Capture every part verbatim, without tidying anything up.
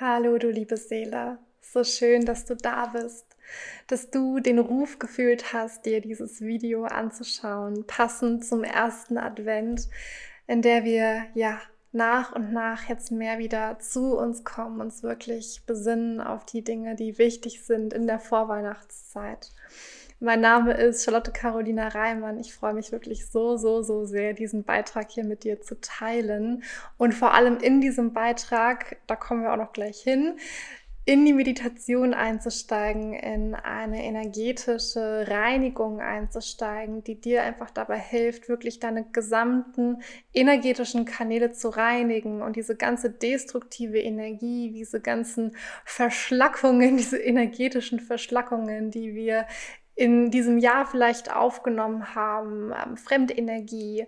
Hallo, du liebe Seele. So schön, dass du da bist, dass du den Ruf gefühlt hast, dir dieses Video anzuschauen, passend zum ersten Advent, in der wir ja nach und nach jetzt mehr wieder zu uns kommen, uns wirklich besinnen auf die Dinge, die wichtig sind in der Vorweihnachtszeit. Mein Name ist Charlotte Carolina Reimann. Ich freue mich wirklich so, so, so sehr, diesen Beitrag hier mit dir zu teilen. Und vor allem in diesem Beitrag, da kommen wir auch noch gleich hin, in die Meditation einzusteigen, in eine energetische Reinigung einzusteigen, die dir einfach dabei hilft, wirklich deine gesamten energetischen Kanäle zu reinigen und diese ganze destruktive Energie, diese ganzen Verschlackungen, diese energetischen Verschlackungen, die wir in diesem Jahr vielleicht aufgenommen haben, ähm, fremde Energie,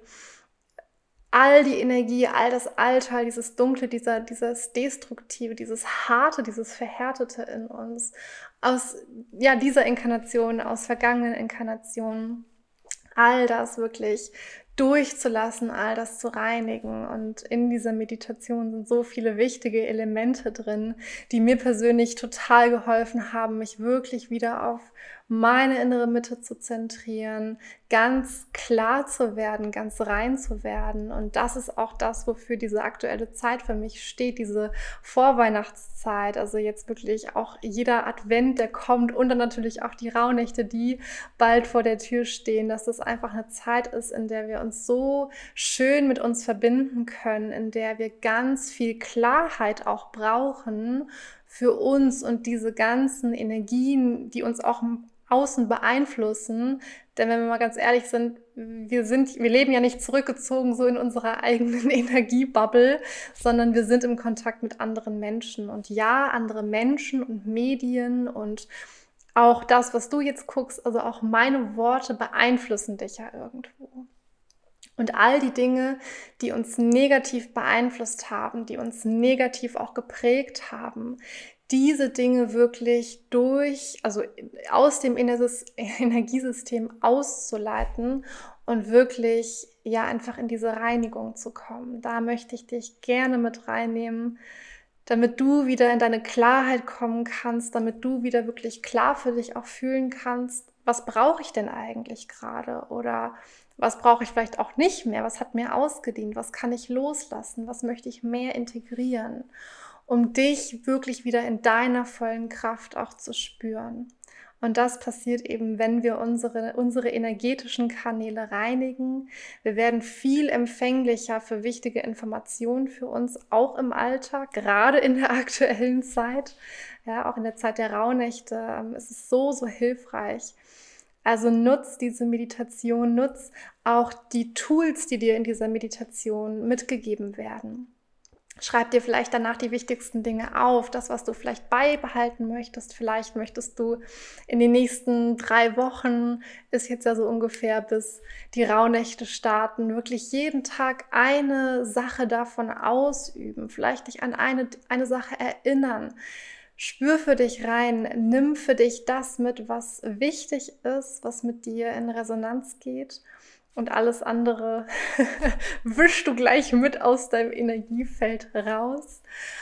all die Energie, all das Alte, dieses Dunkle, dieser, dieses Destruktive, dieses Harte, dieses Verhärtete in uns, aus ja, dieser Inkarnation, aus vergangenen Inkarnationen, all das wirklich durchzulassen, all das zu reinigen. Und in dieser Meditation sind so viele wichtige Elemente drin, die mir persönlich total geholfen haben, mich wirklich wieder auf meine innere Mitte zu zentrieren, ganz klar zu werden, ganz rein zu werden. Und das ist auch das, wofür diese aktuelle Zeit für mich steht, diese Vorweihnachtszeit. Also jetzt wirklich auch jeder Advent, der kommt, und dann natürlich auch die Rauhnächte, die bald vor der Tür stehen, dass das einfach eine Zeit ist, in der wir uns so schön mit uns verbinden können, in der wir ganz viel Klarheit auch brauchen für uns und diese ganzen Energien, die uns auch im Außen beeinflussen. Denn wenn wir mal ganz ehrlich sind, wir sind, wir leben ja nicht zurückgezogen so in unserer eigenen Energiebubble, sondern wir sind im Kontakt mit anderen Menschen. Und ja, andere Menschen und Medien und auch das, was du jetzt guckst, also auch meine Worte beeinflussen dich ja irgendwo. Und all die Dinge, die uns negativ beeinflusst haben, die uns negativ auch geprägt haben, diese Dinge wirklich durch, also aus dem Energiesystem auszuleiten und wirklich ja einfach in diese Reinigung zu kommen. Da möchte ich dich gerne mit reinnehmen, damit du wieder in deine Klarheit kommen kannst, damit du wieder wirklich klar für dich auch fühlen kannst, was brauche ich denn eigentlich gerade oder was brauche ich vielleicht auch nicht mehr, was hat mir ausgedient, was kann ich loslassen, was möchte ich mehr integrieren, um dich wirklich wieder in deiner vollen Kraft auch zu spüren. Und das passiert eben, wenn wir unsere, unsere energetischen Kanäle reinigen. Wir werden viel empfänglicher für wichtige Informationen für uns, auch im Alltag, gerade in der aktuellen Zeit, ja, auch in der Zeit der Rauhnächte. Ähm, ist es so, so hilfreich. Also nutz diese Meditation, nutz auch die Tools, die dir in dieser Meditation mitgegeben werden. Schreib dir vielleicht danach die wichtigsten Dinge auf, das, was du vielleicht beibehalten möchtest. Vielleicht möchtest du in den nächsten drei Wochen, ist jetzt ja so ungefähr, bis die Rauhnächte starten, wirklich jeden Tag eine Sache davon ausüben. Vielleicht dich an eine, eine Sache erinnern. Spür für dich rein, nimm für dich das mit, was wichtig ist, was mit dir in Resonanz geht. Und alles andere wischst du gleich mit aus deinem Energiefeld raus.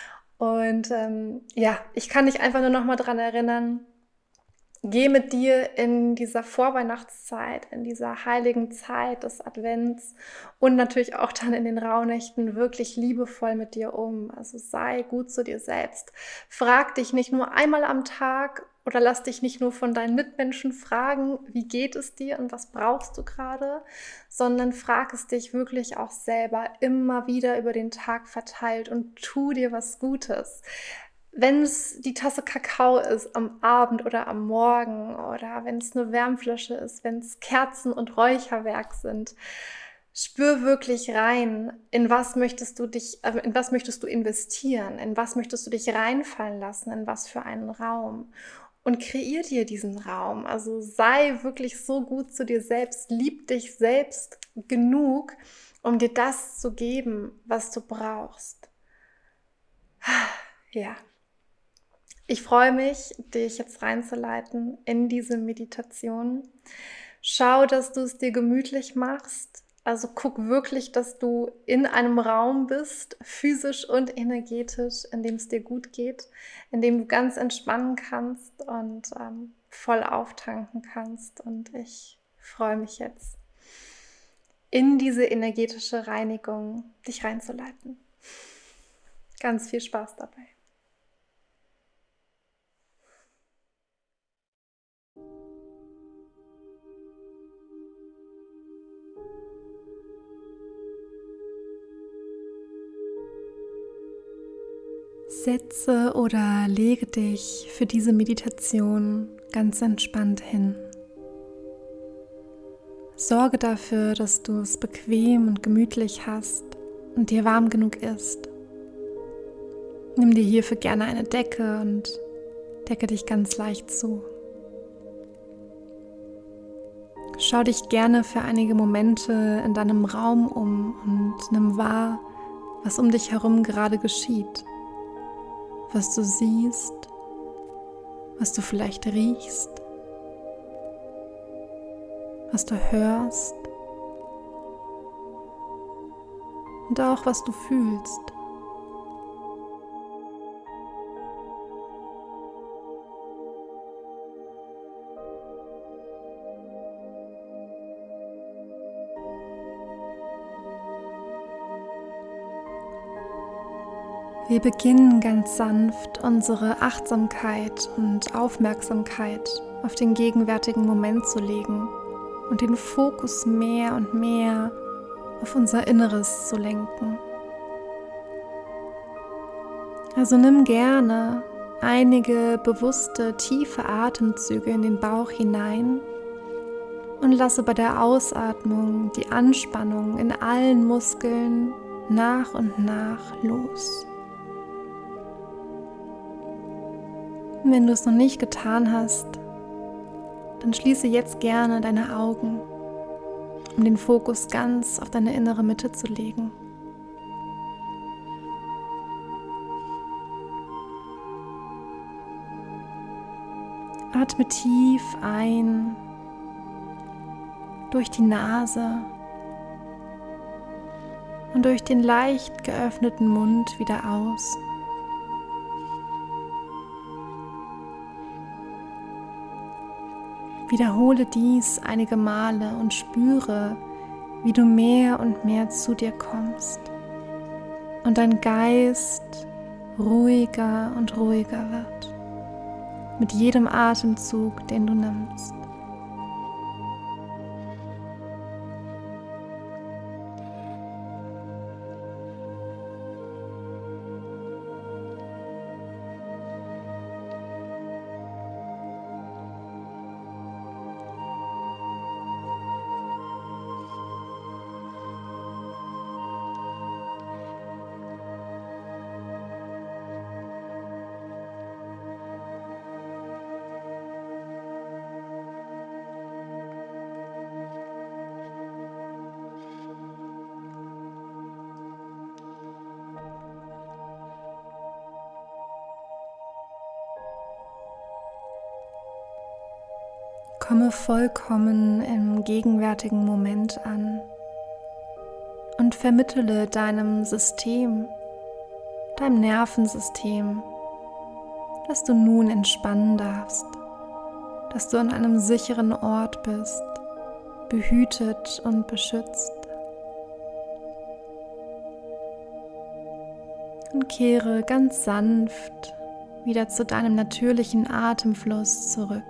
Und ähm, ja, ich kann dich einfach nur noch mal daran erinnern, geh mit dir in dieser Vorweihnachtszeit, in dieser heiligen Zeit des Advents und natürlich auch dann in den Rauhnächten wirklich liebevoll mit dir um. Also sei gut zu dir selbst. Frag dich nicht nur einmal am Tag oder lass dich nicht nur von deinen Mitmenschen fragen, wie geht es dir und was brauchst du gerade, sondern frag es dich wirklich auch selber immer wieder über den Tag verteilt und tu dir was Gutes. Wenn es die Tasse Kakao ist am Abend oder am Morgen oder wenn es eine Wärmflasche ist, wenn es Kerzen und Räucherwerk sind, spür wirklich rein, in was möchtest du dich, in was möchtest du investieren, in was möchtest du dich reinfallen lassen, in was für einen Raum. Und kreier dir diesen Raum. Also sei wirklich so gut zu dir selbst, lieb dich selbst genug, um dir das zu geben, was du brauchst. Ja. Ich freue mich, dich jetzt reinzuleiten in diese Meditation. Schau, dass du es dir gemütlich machst. Also guck wirklich, dass du in einem Raum bist, physisch und energetisch, in dem es dir gut geht, in dem du ganz entspannen kannst und ähm, voll auftanken kannst. Und ich freue mich jetzt, in diese energetische Reinigung dich reinzuleiten. Ganz viel Spaß dabei. Setze oder lege dich für diese Meditation ganz entspannt hin. Sorge dafür, dass du es bequem und gemütlich hast und dir warm genug ist. Nimm dir hierfür gerne eine Decke und decke dich ganz leicht zu. Schau dich gerne für einige Momente in deinem Raum um und nimm wahr, was um dich herum gerade geschieht. Was du siehst, was du vielleicht riechst, was du hörst und auch was du fühlst. Wir beginnen ganz sanft unsere Achtsamkeit und Aufmerksamkeit auf den gegenwärtigen Moment zu legen und den Fokus mehr und mehr auf unser Inneres zu lenken. Also nimm gerne einige bewusste, tiefe Atemzüge in den Bauch hinein und lasse bei der Ausatmung die Anspannung in allen Muskeln nach und nach los. Wenn du es noch nicht getan hast, dann schließe jetzt gerne deine Augen, um den Fokus ganz auf deine innere Mitte zu legen. Atme tief ein durch die Nase und durch den leicht geöffneten Mund wieder aus. Wiederhole dies einige Male und spüre, wie du mehr und mehr zu dir kommst und dein Geist ruhiger und ruhiger wird mit jedem Atemzug, den du nimmst. Komme vollkommen im gegenwärtigen Moment an und vermittele deinem System, deinem Nervensystem, dass du nun entspannen darfst, dass du an einem sicheren Ort bist, behütet und beschützt. Und kehre ganz sanft wieder zu deinem natürlichen Atemfluss zurück.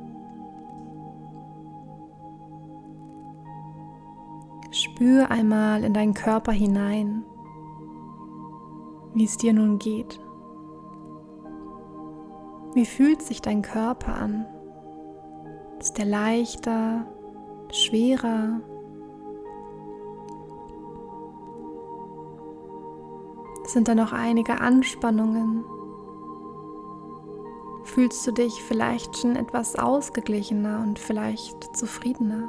Spür einmal in deinen Körper hinein, wie es dir nun geht. Wie fühlt sich dein Körper an? Ist er leichter, schwerer? Sind da noch einige Anspannungen? Fühlst du dich vielleicht schon etwas ausgeglichener und vielleicht zufriedener?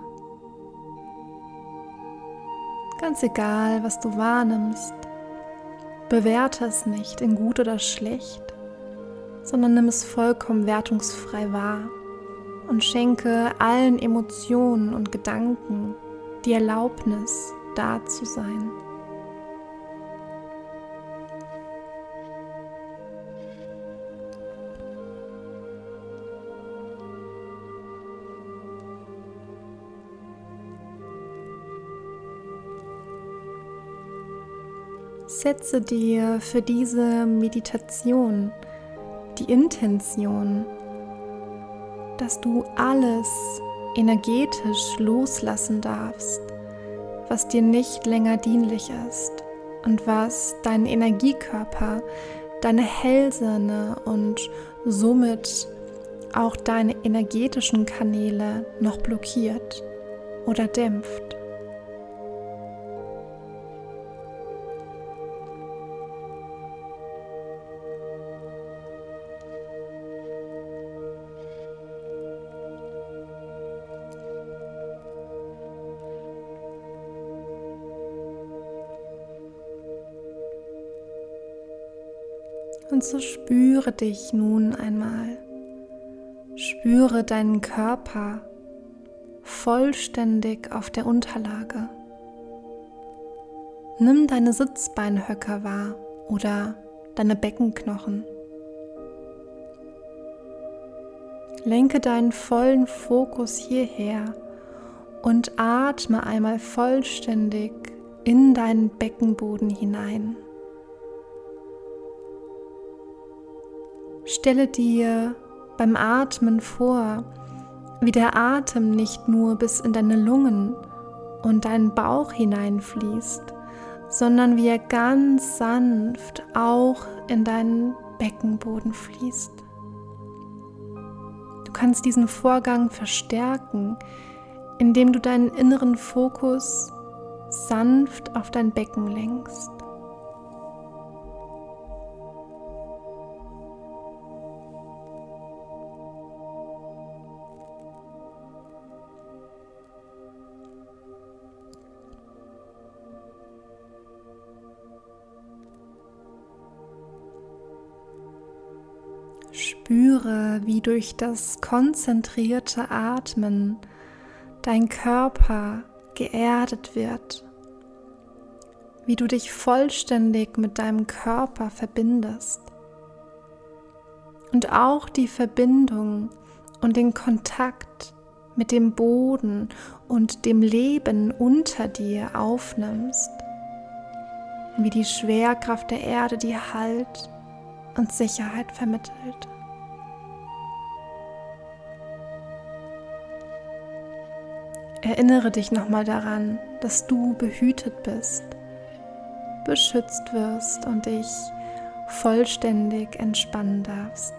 Ganz egal, was du wahrnimmst, bewerte es nicht in gut oder schlecht, sondern nimm es vollkommen wertungsfrei wahr und schenke allen Emotionen und Gedanken die Erlaubnis, da zu sein. Setze dir für diese Meditation die Intention, dass du alles energetisch loslassen darfst, was dir nicht länger dienlich ist und was deinen Energiekörper, deine Hellsinne und somit auch deine energetischen Kanäle noch blockiert oder dämpft. Und so spüre dich nun einmal. Spüre deinen Körper vollständig auf der Unterlage. Nimm deine Sitzbeinhöcker wahr oder deine Beckenknochen. Lenke deinen vollen Fokus hierher und atme einmal vollständig in deinen Beckenboden hinein. Stelle dir beim Atmen vor, wie der Atem nicht nur bis in deine Lungen und deinen Bauch hineinfließt, sondern wie er ganz sanft auch in deinen Beckenboden fließt. Du kannst diesen Vorgang verstärken, indem du deinen inneren Fokus sanft auf dein Becken lenkst. Spüre, wie durch das konzentrierte Atmen dein Körper geerdet wird, wie du dich vollständig mit deinem Körper verbindest und auch die Verbindung und den Kontakt mit dem Boden und dem Leben unter dir aufnimmst, wie die Schwerkraft der Erde dir Halt und Sicherheit vermittelt. Erinnere dich nochmal daran, dass du behütet bist, beschützt wirst und dich vollständig entspannen darfst.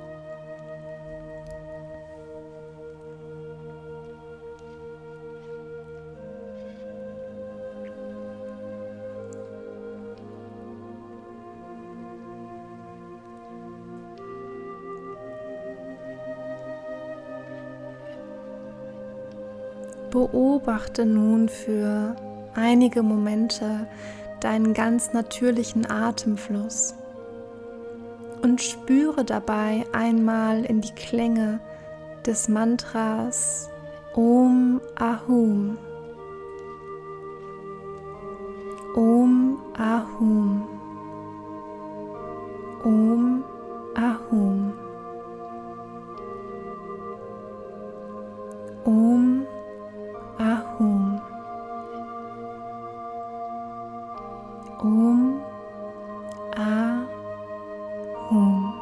Beobachte nun für einige Momente deinen ganz natürlichen Atemfluss und spüre dabei einmal in die Klänge des Mantras Om Ahum. Om Ahum. Om Ahum. Om Ahum. Om Ahum.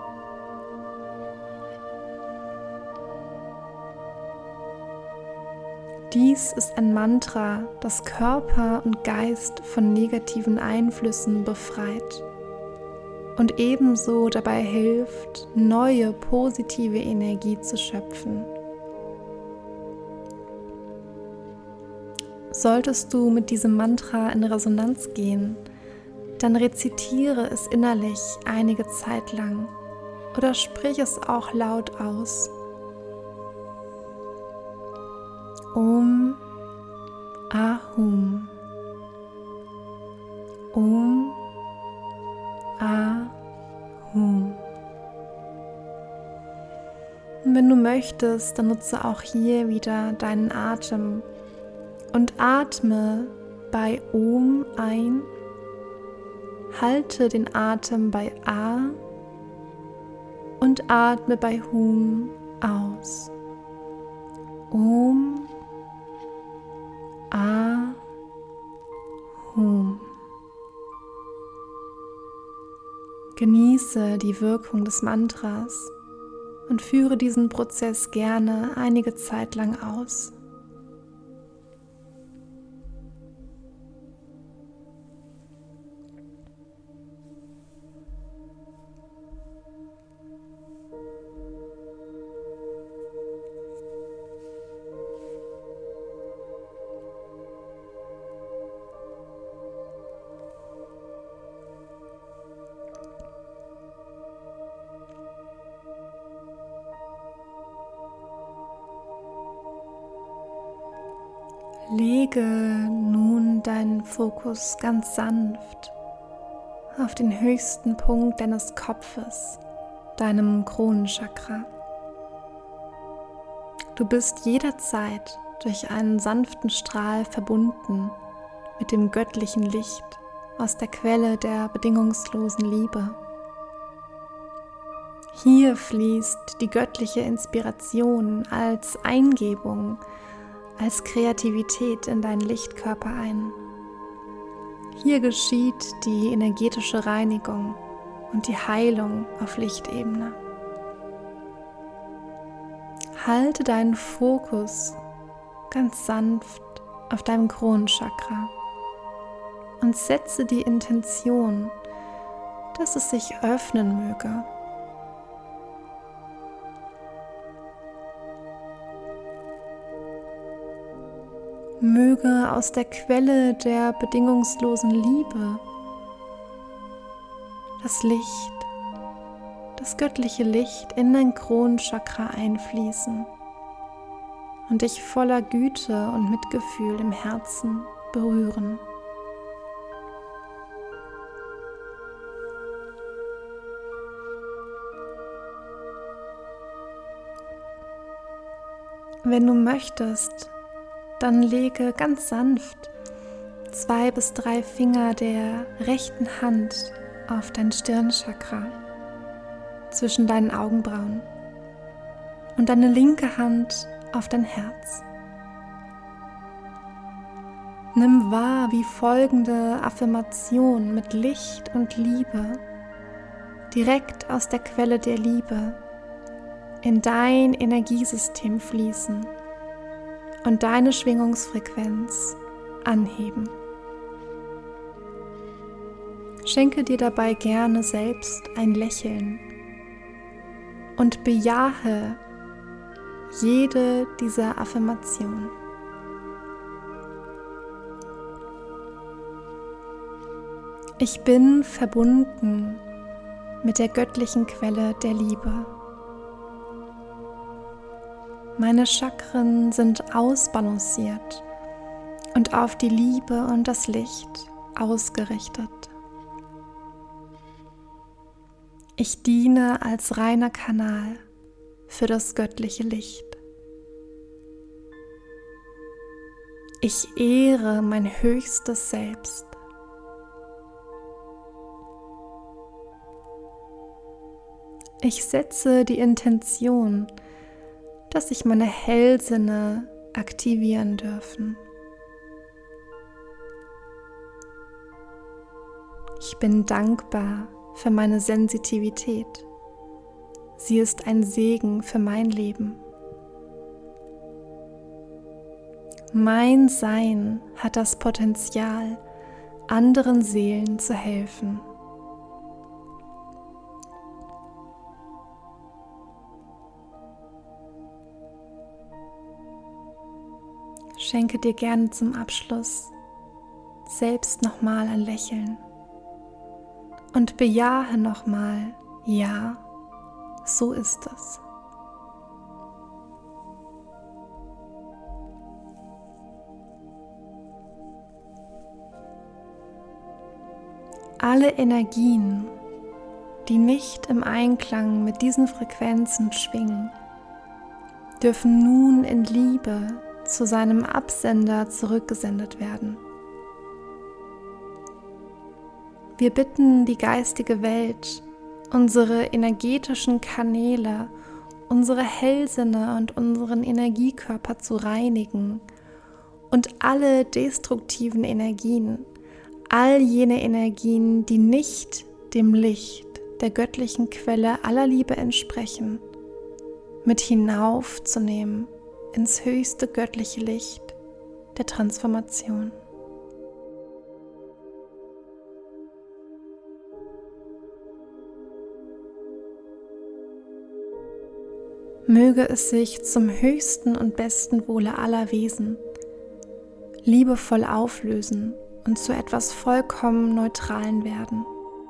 Dies ist ein Mantra, das Körper und Geist von negativen Einflüssen befreit und ebenso dabei hilft, neue positive Energie zu schöpfen. Solltest du mit diesem Mantra in Resonanz gehen, dann rezitiere es innerlich einige Zeit lang oder sprich es auch laut aus. Om Ahum. Om Ahum. Und wenn du möchtest, dann nutze auch hier wieder deinen Atem und atme bei Om ein, halte den Atem bei A und atme bei Hum aus. Om, A, Hum. Genieße die Wirkung des Mantras und führe diesen Prozess gerne einige Zeit lang aus. Lege nun deinen Fokus ganz sanft auf den höchsten Punkt deines Kopfes, deinem Kronenchakra. Du bist jederzeit durch einen sanften Strahl verbunden mit dem göttlichen Licht aus der Quelle der bedingungslosen Liebe. Hier fließt die göttliche Inspiration als Eingebung, als Kreativität in deinen Lichtkörper ein. Hier geschieht die energetische Reinigung und die Heilung auf Lichtebene. Halte deinen Fokus ganz sanft auf deinem Kronenchakra und setze die Intention, dass es sich öffnen möge. Möge aus der Quelle der bedingungslosen Liebe das Licht, das göttliche Licht in dein Kronenchakra einfließen und dich voller Güte und Mitgefühl im Herzen berühren. Wenn du möchtest, dann lege ganz sanft zwei bis drei Finger der rechten Hand auf dein Stirnchakra zwischen deinen Augenbrauen und deine linke Hand auf dein Herz. Nimm wahr, wie folgende Affirmation mit Licht und Liebe direkt aus der Quelle der Liebe in dein Energiesystem fließen und deine Schwingungsfrequenz anheben. Schenke dir dabei gerne selbst ein Lächeln und bejahe jede dieser Affirmationen. Ich bin verbunden mit der göttlichen Quelle der Liebe. Meine Chakren sind ausbalanciert und auf die Liebe und das Licht ausgerichtet. Ich diene als reiner Kanal für das göttliche Licht. Ich ehre mein höchstes Selbst. Ich setze die Intention, dass sich meine Hellsinne aktivieren dürfen. Ich bin dankbar für meine Sensitivität. Sie ist ein Segen für mein Leben. Mein Sein hat das Potenzial, anderen Seelen zu helfen. Schenke dir gerne zum Abschluss selbst nochmal ein Lächeln und bejahe nochmal, ja, so ist es. Alle Energien, die nicht im Einklang mit diesen Frequenzen schwingen, dürfen nun in Liebe zu seinem Absender zurückgesendet werden. Wir bitten die geistige Welt, unsere energetischen Kanäle, unsere Hellsinne und unseren Energiekörper zu reinigen und alle destruktiven Energien, all jene Energien, die nicht dem Licht der göttlichen Quelle aller Liebe entsprechen, mit hinaufzunehmen ins höchste göttliche Licht der Transformation. Möge es sich zum höchsten und besten Wohle aller Wesen liebevoll auflösen und zu etwas vollkommen Neutralen werden.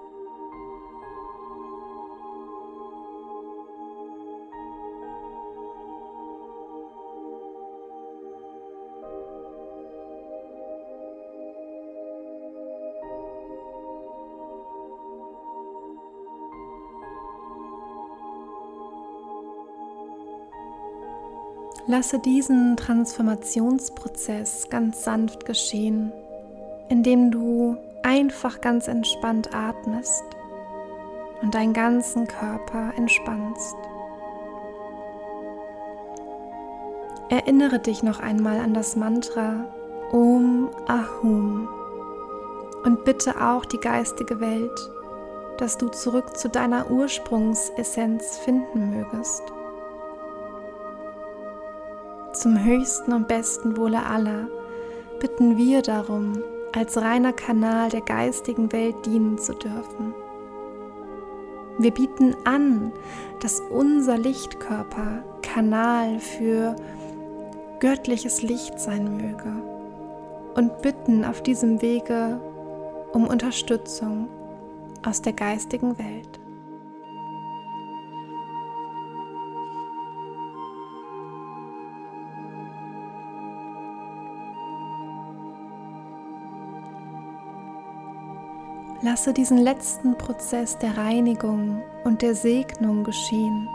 Lasse diesen Transformationsprozess ganz sanft geschehen, indem du einfach ganz entspannt atmest und deinen ganzen Körper entspannst. Erinnere dich noch einmal an das Mantra Om Ahum und bitte auch die geistige Welt, dass du zurück zu deiner Ursprungsessenz finden mögest. Zum höchsten und besten Wohle aller bitten wir darum, als reiner Kanal der geistigen Welt dienen zu dürfen. Wir bieten an, dass unser Lichtkörper Kanal für göttliches Licht sein möge und bitten auf diesem Wege um Unterstützung aus der geistigen Welt. Lasse diesen letzten Prozess der Reinigung und der Segnung geschehen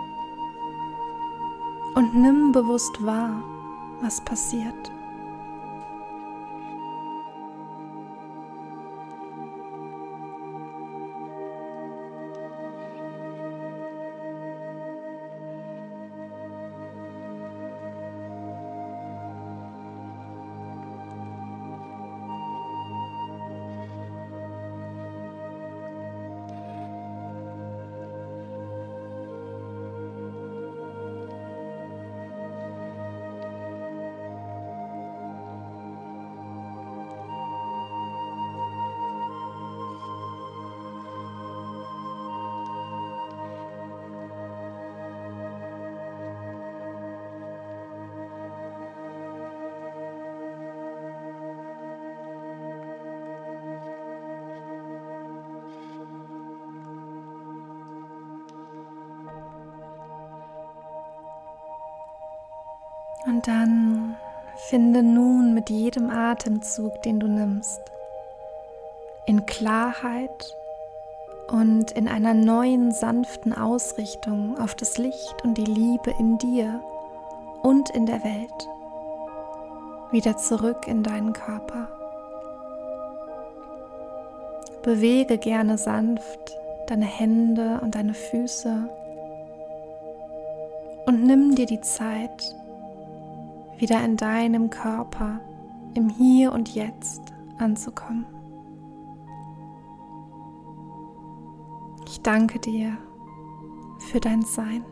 und nimm bewusst wahr, was passiert. Und dann finde nun mit jedem Atemzug, den du nimmst, in Klarheit und in einer neuen sanften Ausrichtung auf das Licht und die Liebe in dir und in der Welt wieder zurück in deinen Körper. Bewege gerne sanft deine Hände und deine Füße und nimm dir die Zeit, wieder in deinem Körper, im Hier und Jetzt anzukommen. Ich danke dir für dein Sein.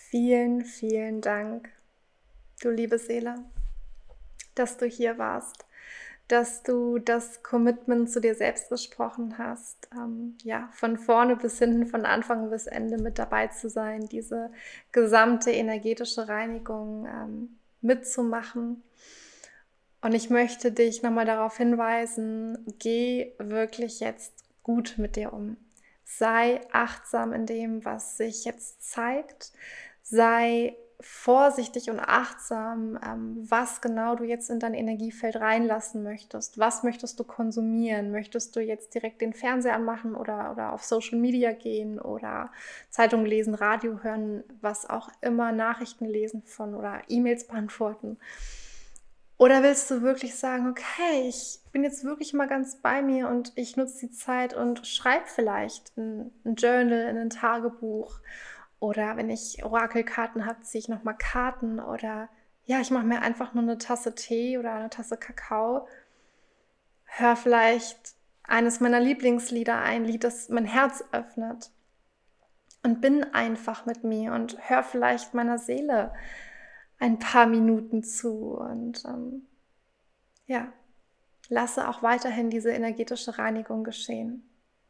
vielen, vielen Dank, du liebe Seele, dass du hier warst, dass du das Commitment zu dir selbst gesprochen hast, ähm, ja, von vorne bis hinten, von Anfang bis Ende mit dabei zu sein, diese gesamte energetische Reinigung ähm, mitzumachen. Und ich möchte dich nochmal darauf hinweisen, geh wirklich jetzt gut mit dir um. Sei achtsam in dem, was sich jetzt zeigt. Sei vorsichtig und achtsam, ähm, was genau du jetzt in dein Energiefeld reinlassen möchtest. Was möchtest du konsumieren? Möchtest du jetzt direkt den Fernseher anmachen oder, oder auf Social Media gehen oder Zeitung lesen, Radio hören, was auch immer, Nachrichten lesen von oder E-Mails beantworten? Oder willst du wirklich sagen, okay, ich bin jetzt wirklich mal ganz bei mir und ich nutze die Zeit und schreibe vielleicht in ein Journal, in ein Tagebuch. Oder wenn ich Orakelkarten habe, ziehe ich nochmal Karten. Oder ja, ich mache mir einfach nur eine Tasse Tee oder eine Tasse Kakao. Hör vielleicht eines meiner Lieblingslieder, ein Lied, das mein Herz öffnet. Und bin einfach mit mir und hör vielleicht meiner Seele ein paar Minuten zu und ähm, ja, lasse auch weiterhin diese energetische Reinigung geschehen.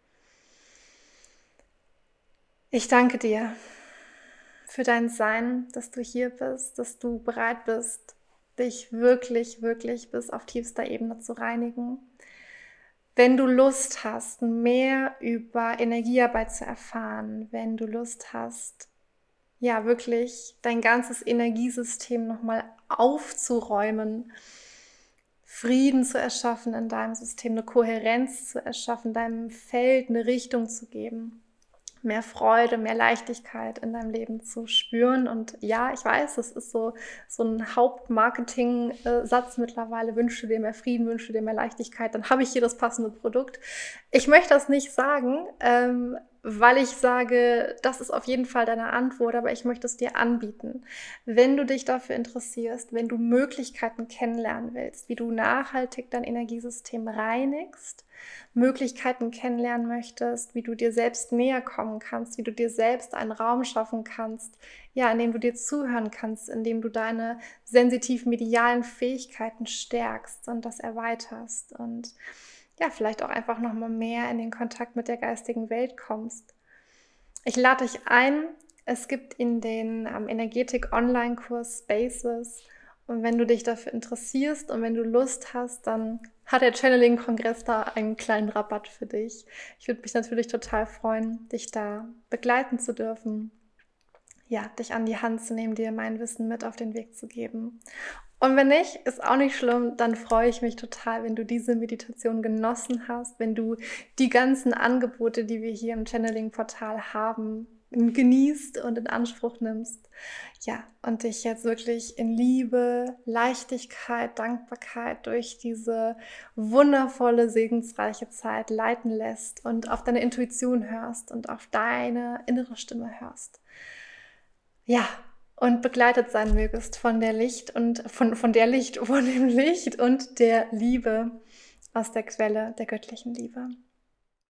Ich danke dir für dein Sein, dass du hier bist, dass du bereit bist, dich wirklich, wirklich bis auf tiefster Ebene zu reinigen. Wenn du Lust hast, mehr über Energiearbeit zu erfahren, wenn du Lust hast, ja, wirklich dein ganzes Energiesystem nochmal aufzuräumen, Frieden zu erschaffen in deinem System, eine Kohärenz zu erschaffen, deinem Feld eine Richtung zu geben, mehr Freude, mehr Leichtigkeit in deinem Leben zu spüren. Und ja, ich weiß, das ist so, so ein Hauptmarketing-Satz mittlerweile, wünsche dir mehr Frieden, wünsche dir mehr Leichtigkeit, dann habe ich hier das passende Produkt. Ich möchte das nicht sagen, ähm, weil ich sage, das ist auf jeden Fall deine Antwort, aber ich möchte es dir anbieten. Wenn du dich dafür interessierst, wenn du Möglichkeiten kennenlernen willst, wie du nachhaltig dein Energiesystem reinigst, Möglichkeiten kennenlernen möchtest, wie du dir selbst näher kommen kannst, wie du dir selbst einen Raum schaffen kannst, ja, in dem du dir zuhören kannst, in dem du deine sensitiv-medialen Fähigkeiten stärkst und das erweiterst und ja, vielleicht auch einfach nochmal mehr in den Kontakt mit der geistigen Welt kommst. Ich lade dich ein, es gibt in den ähm, Energetik-Online-Kurs Spaces und wenn du dich dafür interessierst und wenn du Lust hast, dann hat der Channeling-Kongress da einen kleinen Rabatt für dich. Ich würde mich natürlich total freuen, dich da begleiten zu dürfen, ja, dich an die Hand zu nehmen, dir mein Wissen mit auf den Weg zu geben. Und wenn nicht, ist auch nicht schlimm, dann freue ich mich total, wenn du diese Meditation genossen hast, wenn du die ganzen Angebote, die wir hier im Channeling-Portal haben, genießt und in Anspruch nimmst. Ja, und dich jetzt wirklich in Liebe, Leichtigkeit, Dankbarkeit durch diese wundervolle, segensreiche Zeit leiten lässt und auf deine Intuition hörst und auf deine innere Stimme hörst. Ja, und begleitet sein mögest von der Licht und von, von der Licht, von dem Licht und der Liebe aus der Quelle der göttlichen Liebe.